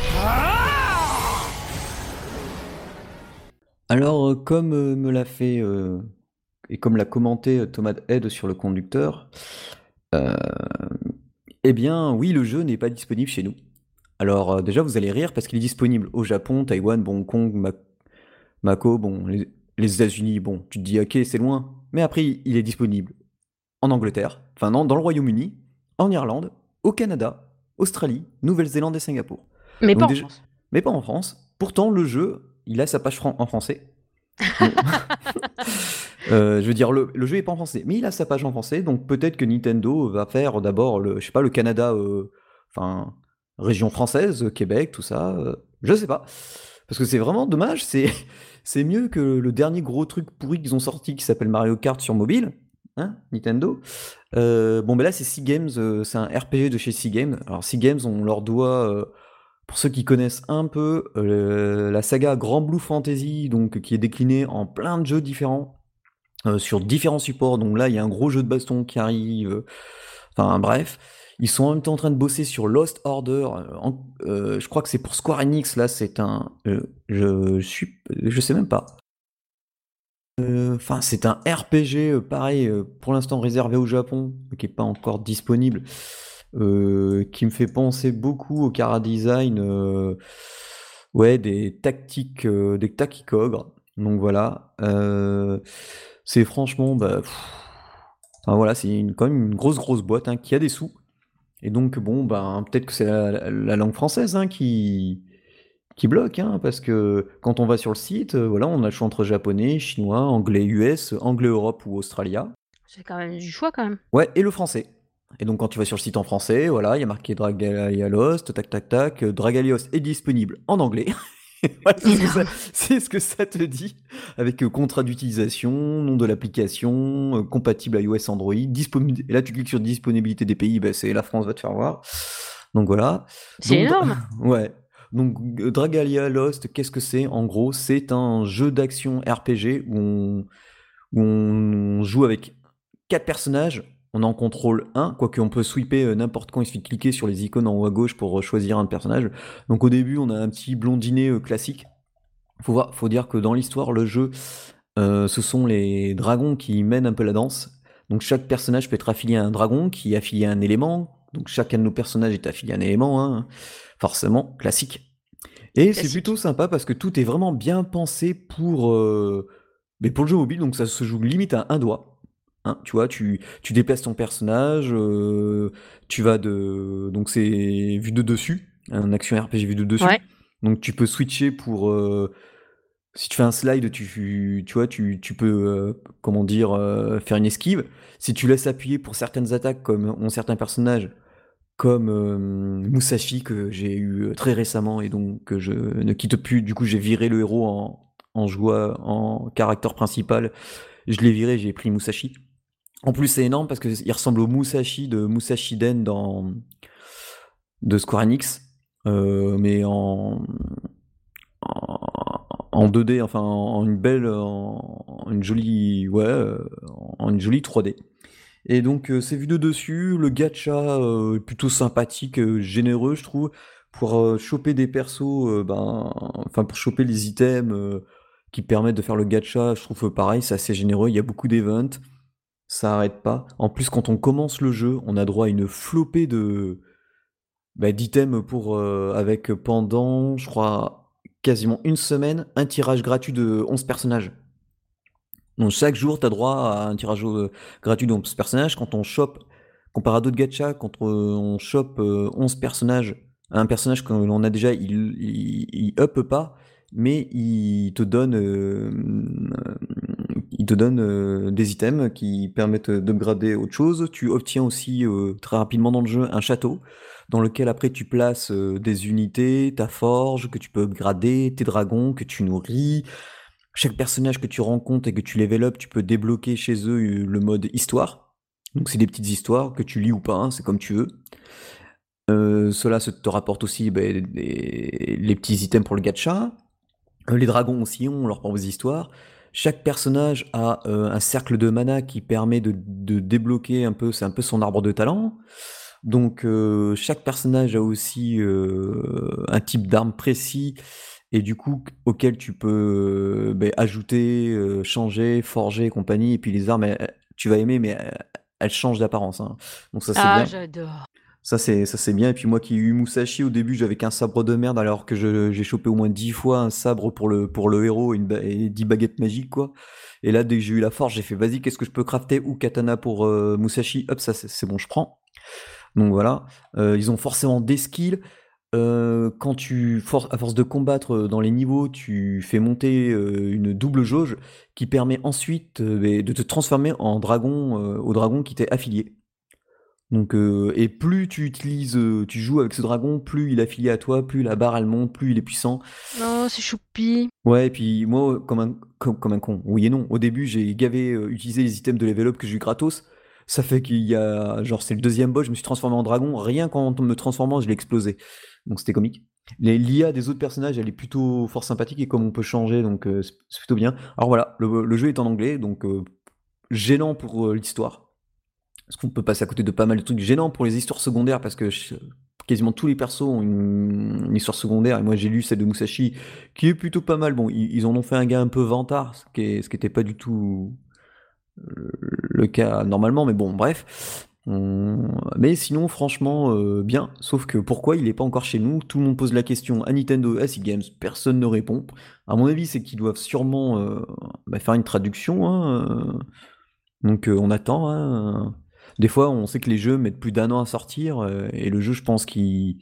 Alors, euh, comme euh, me l'a fait euh, et comme l'a commenté euh, Thomas Head sur le conducteur, euh, eh bien, oui, le jeu n'est pas disponible chez nous. Alors, euh, déjà, vous allez rire parce qu'il est disponible au Japon, Taïwan, bon, Hong Kong, Ma- Mako, bon, les, les États-Unis, bon, tu te dis, ok, c'est loin. Mais après, il est disponible en Angleterre, enfin, non, dans le Royaume-Uni, en Irlande, au Canada, Australie, Nouvelle-Zélande et Singapour. Mais pas Donc, en déjà, France. mais pas en France. Pourtant, le jeu, il a sa page fran- en français. Bon. Euh, je veux dire, le, le jeu est pas en français, mais il a sa page en français, donc peut-être que Nintendo va faire d'abord le, je sais pas, le Canada, euh, enfin, région française, Québec, tout ça, euh, je sais pas. Parce que c'est vraiment dommage, c'est, c'est mieux que le dernier gros truc pourri qu'ils ont sorti qui s'appelle Mario Kart sur mobile, hein, Nintendo. Euh, bon, ben là, c'est Sea Games, euh, c'est un R P G de chez Sea Games. Alors, Sea Games, on leur doit, euh, pour ceux qui connaissent un peu, euh, la saga Grand Blue Fantasy, donc qui est déclinée en plein de jeux différents euh, sur différents supports. Donc là, il y a un gros jeu de baston qui arrive. euh, Enfin, bref. Ils sont en même temps en train de bosser sur Lost Order. euh, en- euh, je crois que c'est pour Square Enix. Là, c'est un. euh, je suis. Je sais même pas. Euh, Enfin, c'est un R P G, euh, pareil, euh, pour l'instant réservé au Japon, qui n'est pas encore disponible, euh, qui me fait penser beaucoup au Cara Design, euh, ouais, des tactiques, euh, des tachycogres. Donc voilà, euh, c'est franchement, bah, pff, enfin, voilà, c'est une- quand même une grosse grosse boîte hein, qui a des sous. Et donc bon, ben peut-être que c'est la, la langue française hein, qui qui bloque, hein, parce que quand on va sur le site, euh, voilà, on a le choix entre japonais, chinois, anglais U S, anglais Europe ou Australia. C'est quand même du choix quand même. Ouais, et le français. Et donc quand tu vas sur le site en français, voilà, il y a marqué Dragalia Lost, tac tac tac, euh, Dragalia Lost est disponible en anglais. Voilà, c'est, ce que ça, c'est ce que ça te dit, avec euh, contrat d'utilisation, nom de l'application, euh, compatible iOS, Android, disponible. Et là tu cliques sur disponibilité des pays, bah, c'est la France va te faire voir. Donc voilà. C'est Donc, énorme. ouais. Donc euh, Dragalia Lost, qu'est-ce que c'est? En gros, c'est un jeu d'action R P G où on, où on joue avec quatre personnages. On en contrôle un, quoique on peut sweeper euh, n'importe quand, il suffit de cliquer sur les icônes en haut à gauche pour euh, choisir un personnage. Donc au début, on a un petit blondinet euh, classique. Faut voir, faut dire que dans l'histoire, le jeu, euh, ce sont les dragons qui mènent un peu la danse. Donc chaque personnage peut être affilié à un dragon, qui est affilié à un élément. Donc chacun de nos personnages est affilié à un élément, hein. Forcément, classique. Et c'est Classique. plutôt sympa parce que tout est vraiment bien pensé pour, euh, mais pour le jeu mobile, donc ça se joue limite à un doigt. Hein, tu vois, tu, tu déplaces ton personnage, euh, tu vas de. Donc c'est vu de dessus, un action R P G vu de dessus. Ouais. Donc tu peux switcher pour. euh, si tu fais un slide, tu, tu vois, tu, tu peux, euh, comment dire, euh, faire une esquive. Si tu laisses appuyer pour certaines attaques, comme ont certains personnages, comme euh, Musashi que j'ai eu euh, très récemment et donc que je ne quitte plus. Du coup, j'ai viré le héros en, en joueur, en caractère principal. Je l'ai viré, j'ai pris Musashi. En plus, c'est énorme parce qu'il ressemble au Musashi de Musashi Den dans de Square Enix, euh, mais en, en en deux D, enfin en une belle, en, en une jolie, ouais, euh, en une jolie trois D. Et donc euh, c'est vu de dessus, le gacha euh, est plutôt sympathique, euh, généreux je trouve, pour euh, choper des persos, euh, ben, enfin pour choper les items euh, qui permettent de faire le gacha, je trouve euh, pareil, c'est assez généreux, il y a beaucoup d'events, ça arrête pas. En plus quand on commence le jeu, on a droit à une flopée de bah, d'items pour euh, avec pendant, je crois, quasiment une semaine, un tirage gratuit de onze personnages. Donc chaque jour, tu as droit à un tirage euh, gratuit de onze personnages. Quand on chope, comparé à d'autres gachas, quand euh, on chope euh, onze personnages, un personnage qu'on a déjà, il, il, il up pas, mais il te donne, euh, il te donne euh, des items qui permettent d'upgrader autre chose. Tu obtiens aussi euh, très rapidement dans le jeu un château dans lequel après tu places euh, des unités, ta forge que tu peux upgrader, tes dragons que tu nourris. Chaque personnage que tu rencontres et que tu level up, tu peux débloquer chez eux euh, le mode histoire. Donc c'est des petites histoires que tu lis ou pas, hein, c'est comme tu veux. Euh, cela se- te rapporte aussi ben, des- les petits items pour le gacha. Euh, les dragons aussi ont leurs propres histoires. Chaque personnage a euh, un cercle de mana qui permet de, de débloquer un peu, c'est un peu son arbre de talent. Donc euh, chaque personnage a aussi euh, un type d'arme précis et du coup auquel tu peux euh, ben, ajouter, euh, changer, forger et compagnie. Et puis les armes, elles- tu vas aimer, mais elles, elles changent d'apparence, hein. Donc ça c'est Ah, bien. j'adore. Ça c'est ça c'est bien. Et puis moi qui ai eu Musashi au début, j'avais qu'un sabre de merde alors que je- j'ai chopé au moins dix fois un sabre pour le pour le héros et, une ba- et dix baguettes magiques quoi. Et là dès que j'ai eu la forge, j'ai fait vas-y qu'est-ce que je peux crafter ou katana pour euh, Musashi. Hop ça c'est c'est bon je prends. Donc voilà, Euh, ils ont forcément des skills. Euh, quand tu, for- à force de combattre euh, dans les niveaux, tu fais monter euh, une double jauge qui permet ensuite euh, ben, de te transformer en dragon, euh, au dragon qui t'est affilié. Donc, euh, et plus tu utilises, euh, tu joues avec ce dragon, plus il est affilié à toi, plus la barre elle monte, plus il est puissant. Non, c'est choupi. Ouais, et puis moi, comme un, comme, comme un con, oui et non. Au début, j'ai gavé euh, utilisé les items de level up que j'ai eu gratos. Ça fait qu'il y a, genre, c'est le deuxième boss, je me suis transformé en dragon. Rien qu'en me transformant, je l'ai explosé. Donc c'était comique. Les- L'I A des autres personnages, elle est plutôt fort sympathique et comme on peut changer, donc euh, c'est c'est plutôt bien. Alors voilà, le, le jeu est en anglais, donc euh, gênant pour euh, l'histoire. Parce qu'on peut passer à côté de pas mal de trucs gênants pour les histoires secondaires, parce que je- quasiment tous les persos ont une, une histoire secondaire, et moi j'ai lu celle de Musashi, qui est plutôt pas mal. Bon, ils, ils en ont fait un gars un peu vantard, ce qui est, ce qui était pas du tout euh, le cas normalement, mais bon, bref. On- Mais sinon, franchement, euh, bien. Sauf que pourquoi il est pas encore chez nous? Tout le monde pose la question à Nintendo, à Sea Games, personne ne répond. À mon avis, c'est qu'ils doivent sûrement euh, bah, faire une traduction, hein, euh. Donc euh, on attend, hein. Des fois, on sait que les jeux mettent plus d'un an à sortir, euh, et le jeu, je pense qu'il...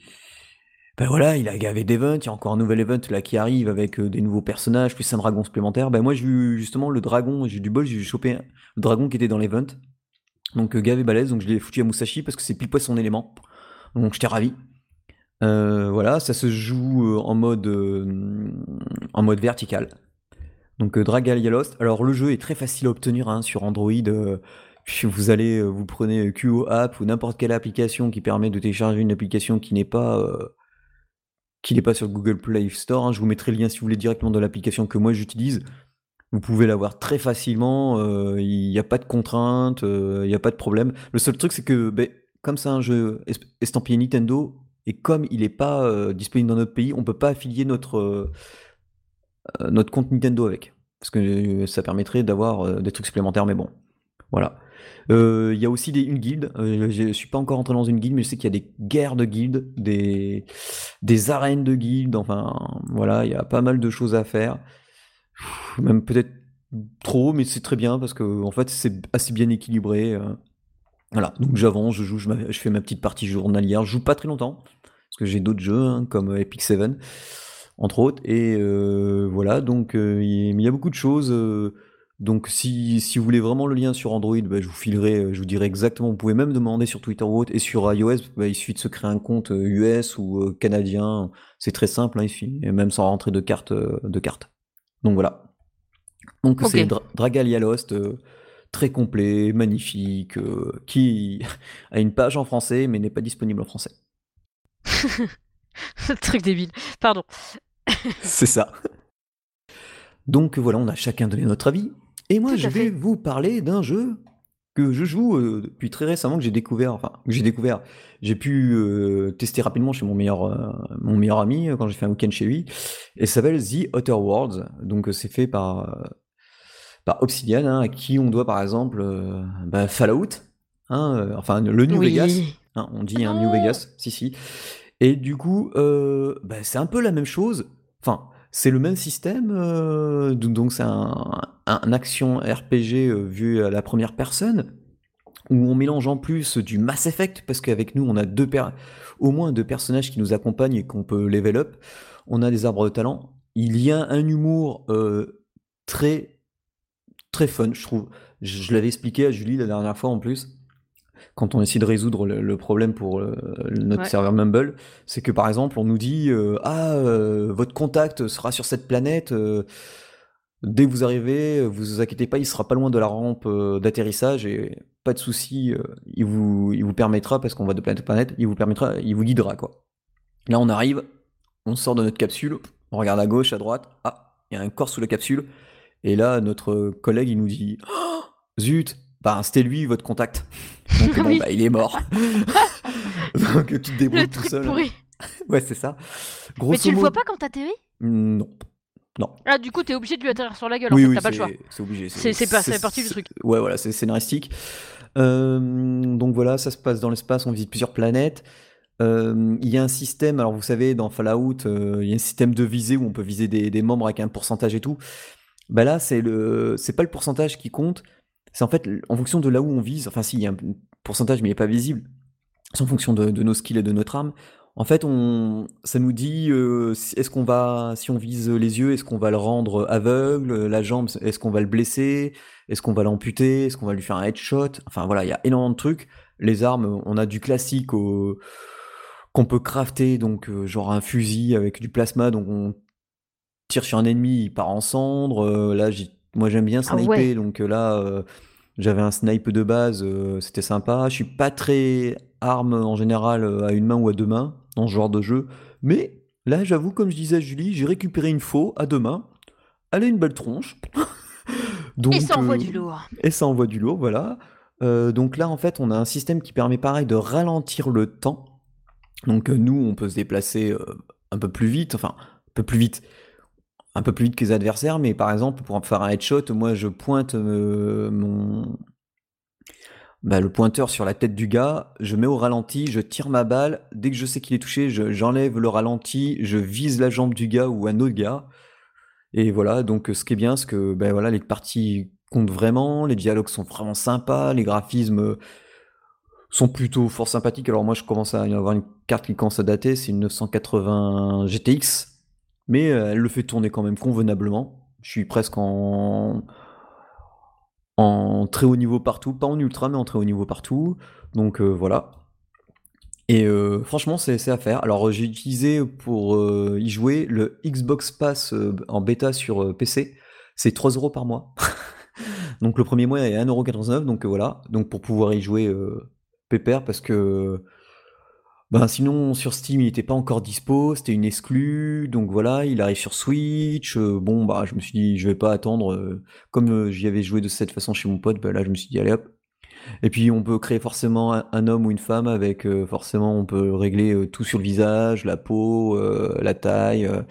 Ben voilà, il a gavé d'events, il y a encore un nouvel event là qui arrive avec euh, des nouveaux personnages, plus un dragon supplémentaire. Ben moi, j'ai vu justement le dragon, j'ai eu du bol, j'ai chopé un- le dragon qui était dans l'event. Donc euh, gavé balèze, donc je l'ai foutu à Musashi parce que c'est pile poil son élément. Donc j'étais ravi. Euh, voilà, ça se joue euh, en mode euh, en mode vertical. Donc euh, Dragalia Lost. Alors le jeu est très facile à obtenir hein, sur Android. euh, puis vous allez, euh, vous prenez Q O App ou n'importe quelle application qui permet de télécharger une application qui n'est pas euh, qui n'est pas sur Google Play Store. hein. Je vous mettrai le lien si vous voulez directement de l'application que moi j'utilise. Vous pouvez l'avoir très facilement. euh, Il n'y a pas de contraintes, euh, il n'y a pas de problème. Le seul truc c'est que ben, comme c'est un jeu es- estampillé Nintendo et comme il n'est pas euh, disponible dans notre pays, on peut pas affilier notre euh, euh, notre compte Nintendo avec. Parce que euh, ça permettrait d'avoir euh, des trucs supplémentaires, mais bon, voilà. Euh, Il y a aussi des, une guilde. Euh, je suis pas encore entré dans une guilde, mais je sais qu'il y a des guerres de guildes, des, des arènes de guildes. Enfin, voilà, il y a pas mal de choses à faire. Pff, Même peut-être trop, mais c'est très bien parce que en fait, c'est assez bien équilibré. euh. Voilà, donc j'avance, je joue, je, m'a- je fais ma petite partie journalière. Je joue pas très longtemps parce que j'ai d'autres jeux hein, comme Epic Seven entre autres. Et euh, voilà, donc euh, il y, il y a beaucoup de choses. euh, donc si, si vous voulez vraiment le lien sur Android, bah, je vous filerai, euh, je vous dirai exactement. Vous pouvez même demander sur Twitter ou autre. Et sur iOS, bah, il suffit de se créer un compte euh, U S ou euh, canadien. C'est très simple, hein, il suffit, et même sans rentrer de carte, euh, de carte. Donc voilà. Donc Ok. c'est Dra- Dragalia Lost, euh, très complet, magnifique, euh, qui a une page en français mais n'est pas disponible en français. Truc débile. Pardon. C'est ça. Donc voilà, on a chacun donné notre avis. Et moi, Tout je à vais fait. vous parler d'un jeu que je joue euh, depuis très récemment, que j'ai découvert, enfin, que j'ai découvert, j'ai pu euh, tester rapidement chez mon meilleur, euh, mon meilleur ami euh, quand j'ai fait un week-end chez lui. Et ça s'appelle The Outer Worlds. Donc euh, c'est fait par, euh, par Obsidian, hein, à qui on doit par exemple euh, bah, Fallout, hein, euh, enfin le New Vegas. Oui. hein, on dit un New Non. Vegas, si si. Et du coup, euh, bah, c'est un peu la même chose. Enfin, c'est le même système. euh, donc donc c'est un, un action R P G euh, vu à la première personne, où on mélange en plus du Mass Effect, parce qu'avec nous, on a deux per- au moins deux personnages qui nous accompagnent et qu'on peut level up. On a des arbres de talent. Il y a un humour euh, très, très fun, je trouve. Je, je l'avais expliqué à Julie la dernière fois en plus quand on essaie de résoudre le, le problème pour euh, notre Ouais. serveur Mumble, c'est que par exemple, on nous dit euh, ah euh, votre contact sera sur cette planète. euh, dès que vous arrivez, vous vous inquiétez pas, il sera pas loin de la rampe euh, d'atterrissage et pas de souci, euh, il vous il vous permettra parce qu'on va de planète en planète, il vous permettra, il vous guidera quoi. Là, on arrive, on sort de notre capsule, on regarde à gauche, à droite, ah, il y a un corps sous la capsule et là notre collègue il nous dit oh, zut, bah c'était lui votre contact. Donc bon, Oui. bah il est mort. Donc tu te débrouilles Le tout truc seul. pourri. Ouais, c'est ça. Mais Grosso tu le vois modo. pas quand t'atterris? Non. Non. Ah, du coup, t'es obligé de lui atterrir sur la gueule, en Oui, fait, oui, t'as pas le choix. c'est c'est obligé. C'est c'est pas, ça fait partie du c'est- truc. Ouais, voilà, c'est scénaristique. Euh, donc voilà, ça se passe dans l'espace, on visite plusieurs planètes. Euh, Il y a un système, alors vous savez, dans Fallout, euh, il y a un système de visée où on peut viser des, des membres avec un pourcentage et tout. Bah là, c'est le, c'est pas le pourcentage qui compte. C'est en fait en fonction de là où on vise. Enfin, si, il y a un pourcentage, mais il n'est pas visible. C'est en fonction de, de nos skills et de notre arme. En fait, on, ça nous dit euh, si- est-ce qu'on va, si on vise les yeux, est-ce qu'on va le rendre aveugle, la jambe, est-ce qu'on va le blesser, est-ce qu'on va l'amputer, est-ce qu'on va lui faire un headshot. Enfin voilà, il y a énormément de trucs. Les armes, on a du classique au- qu'on peut crafter, donc euh, genre un fusil avec du plasma, donc on tire sur un ennemi, il part en cendres. Euh, là, j'ai- moi j'aime bien Ah ouais. sniper, donc euh, là. euh, j'avais un snipe de base, euh, c'était sympa. Je suis pas très arme en général euh, à une main ou à deux mains dans ce genre de jeu. Mais là, j'avoue, comme je disais à Julie, j'ai récupéré une faux à deux mains. Elle a une belle tronche. Et ça Donc, envoie euh, du lourd. et ça envoie du lourd, voilà. Euh, donc là, en fait, on a un système qui permet pareil de ralentir le temps. Donc euh, nous, on peut se déplacer euh, un peu plus vite, enfin, un peu plus vite, un peu plus vite que les adversaires. Mais par exemple, pour faire un headshot, moi, je pointe euh, mon, bah, le pointeur sur la tête du gars, je mets au ralenti, je tire ma balle, dès que je sais qu'il est touché, je- j'enlève le ralenti, je vise la jambe du gars ou un autre gars, et voilà, donc euh, ce qui est bien, c'est que ben voilà, les parties comptent vraiment, les dialogues sont vraiment sympas, les graphismes euh, sont plutôt fort sympathiques. Alors moi je commence à y avoir une carte qui commence à dater, c'est une neuf cent quatre-vingts G T X, mais euh, elle le fait tourner quand même convenablement. Je suis presque en en très haut niveau partout, pas en ultra, mais en très haut niveau partout. Donc euh, voilà. Et euh, franchement, c'est c'est à faire. Alors j'ai utilisé pour euh, y jouer le Xbox Pass euh, en bêta sur euh, P C. C'est trois euros par mois. Donc le premier mois est un euro quatre-vingt-dix-neuf, donc euh, voilà. Donc pour pouvoir y jouer euh, pépère, parce que ben, sinon sur Steam il était pas encore dispo, c'était une exclue, donc voilà, il arrive sur Switch. euh, bon bah je me suis dit je vais pas attendre. euh, comme euh, j'y avais joué de cette façon chez mon pote, bah là je me suis dit allez hop. Et puis on peut créer forcément un, un homme ou une femme avec euh, forcément on peut régler euh, tout sur le visage, la peau, euh, la taille. euh,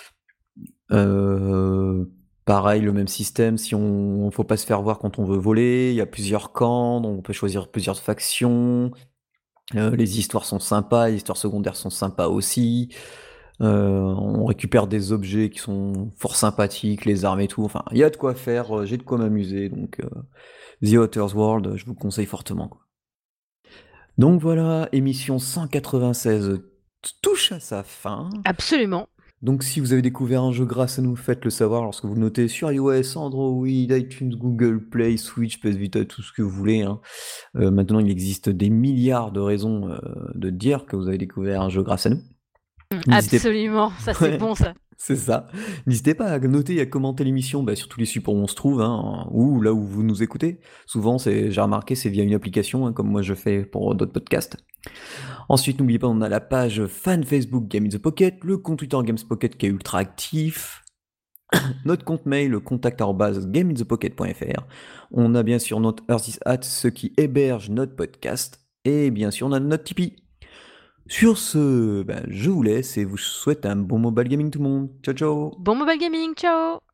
euh, pareil, le même système, si on faut pas se faire voir quand on veut voler, il y a plusieurs camps, donc on peut choisir plusieurs factions. Euh, les histoires sont sympas, les histoires secondaires sont sympas aussi. Euh, on récupère des objets qui sont fort sympathiques, les armes et tout. Enfin, il y a de quoi faire, euh, j'ai de quoi m'amuser. Donc, euh, The Other's World, je vous conseille fortement, quoi. Donc voilà, émission cent quatre-vingt-seize touche à sa fin. Absolument. Donc si vous avez découvert un jeu grâce à nous, faites-le savoir lorsque vous le notez sur iOS, Android, iTunes, Google Play, Switch, P S Vita, tout ce que vous voulez, hein. Euh, maintenant, il existe des milliards de raisons euh, de dire que vous avez découvert un jeu grâce à nous. N'hésitez- Absolument. Ça, c'est Ouais. bon, ça. C'est ça. N'hésitez pas à noter et à commenter l'émission bah, sur tous les supports où on se trouve, hein, ou là où vous nous écoutez. Souvent, c'est, j'ai remarqué, c'est via une application, hein, comme moi je fais pour d'autres podcasts. Ensuite, n'oubliez pas, on a la page fan Facebook Game in the Pocket, le compte Twitter Games Pocket qui est ultra actif, notre compte mail contact arobase game in the pocket point f r. On a bien sûr notre Earthis Hat, ce qui héberge notre podcast, et bien sûr on a notre Tipeee. Sur ce, ben, je vous laisse et vous souhaite un bon mobile gaming tout le monde. Ciao ciao. Bon mobile gaming, ciao!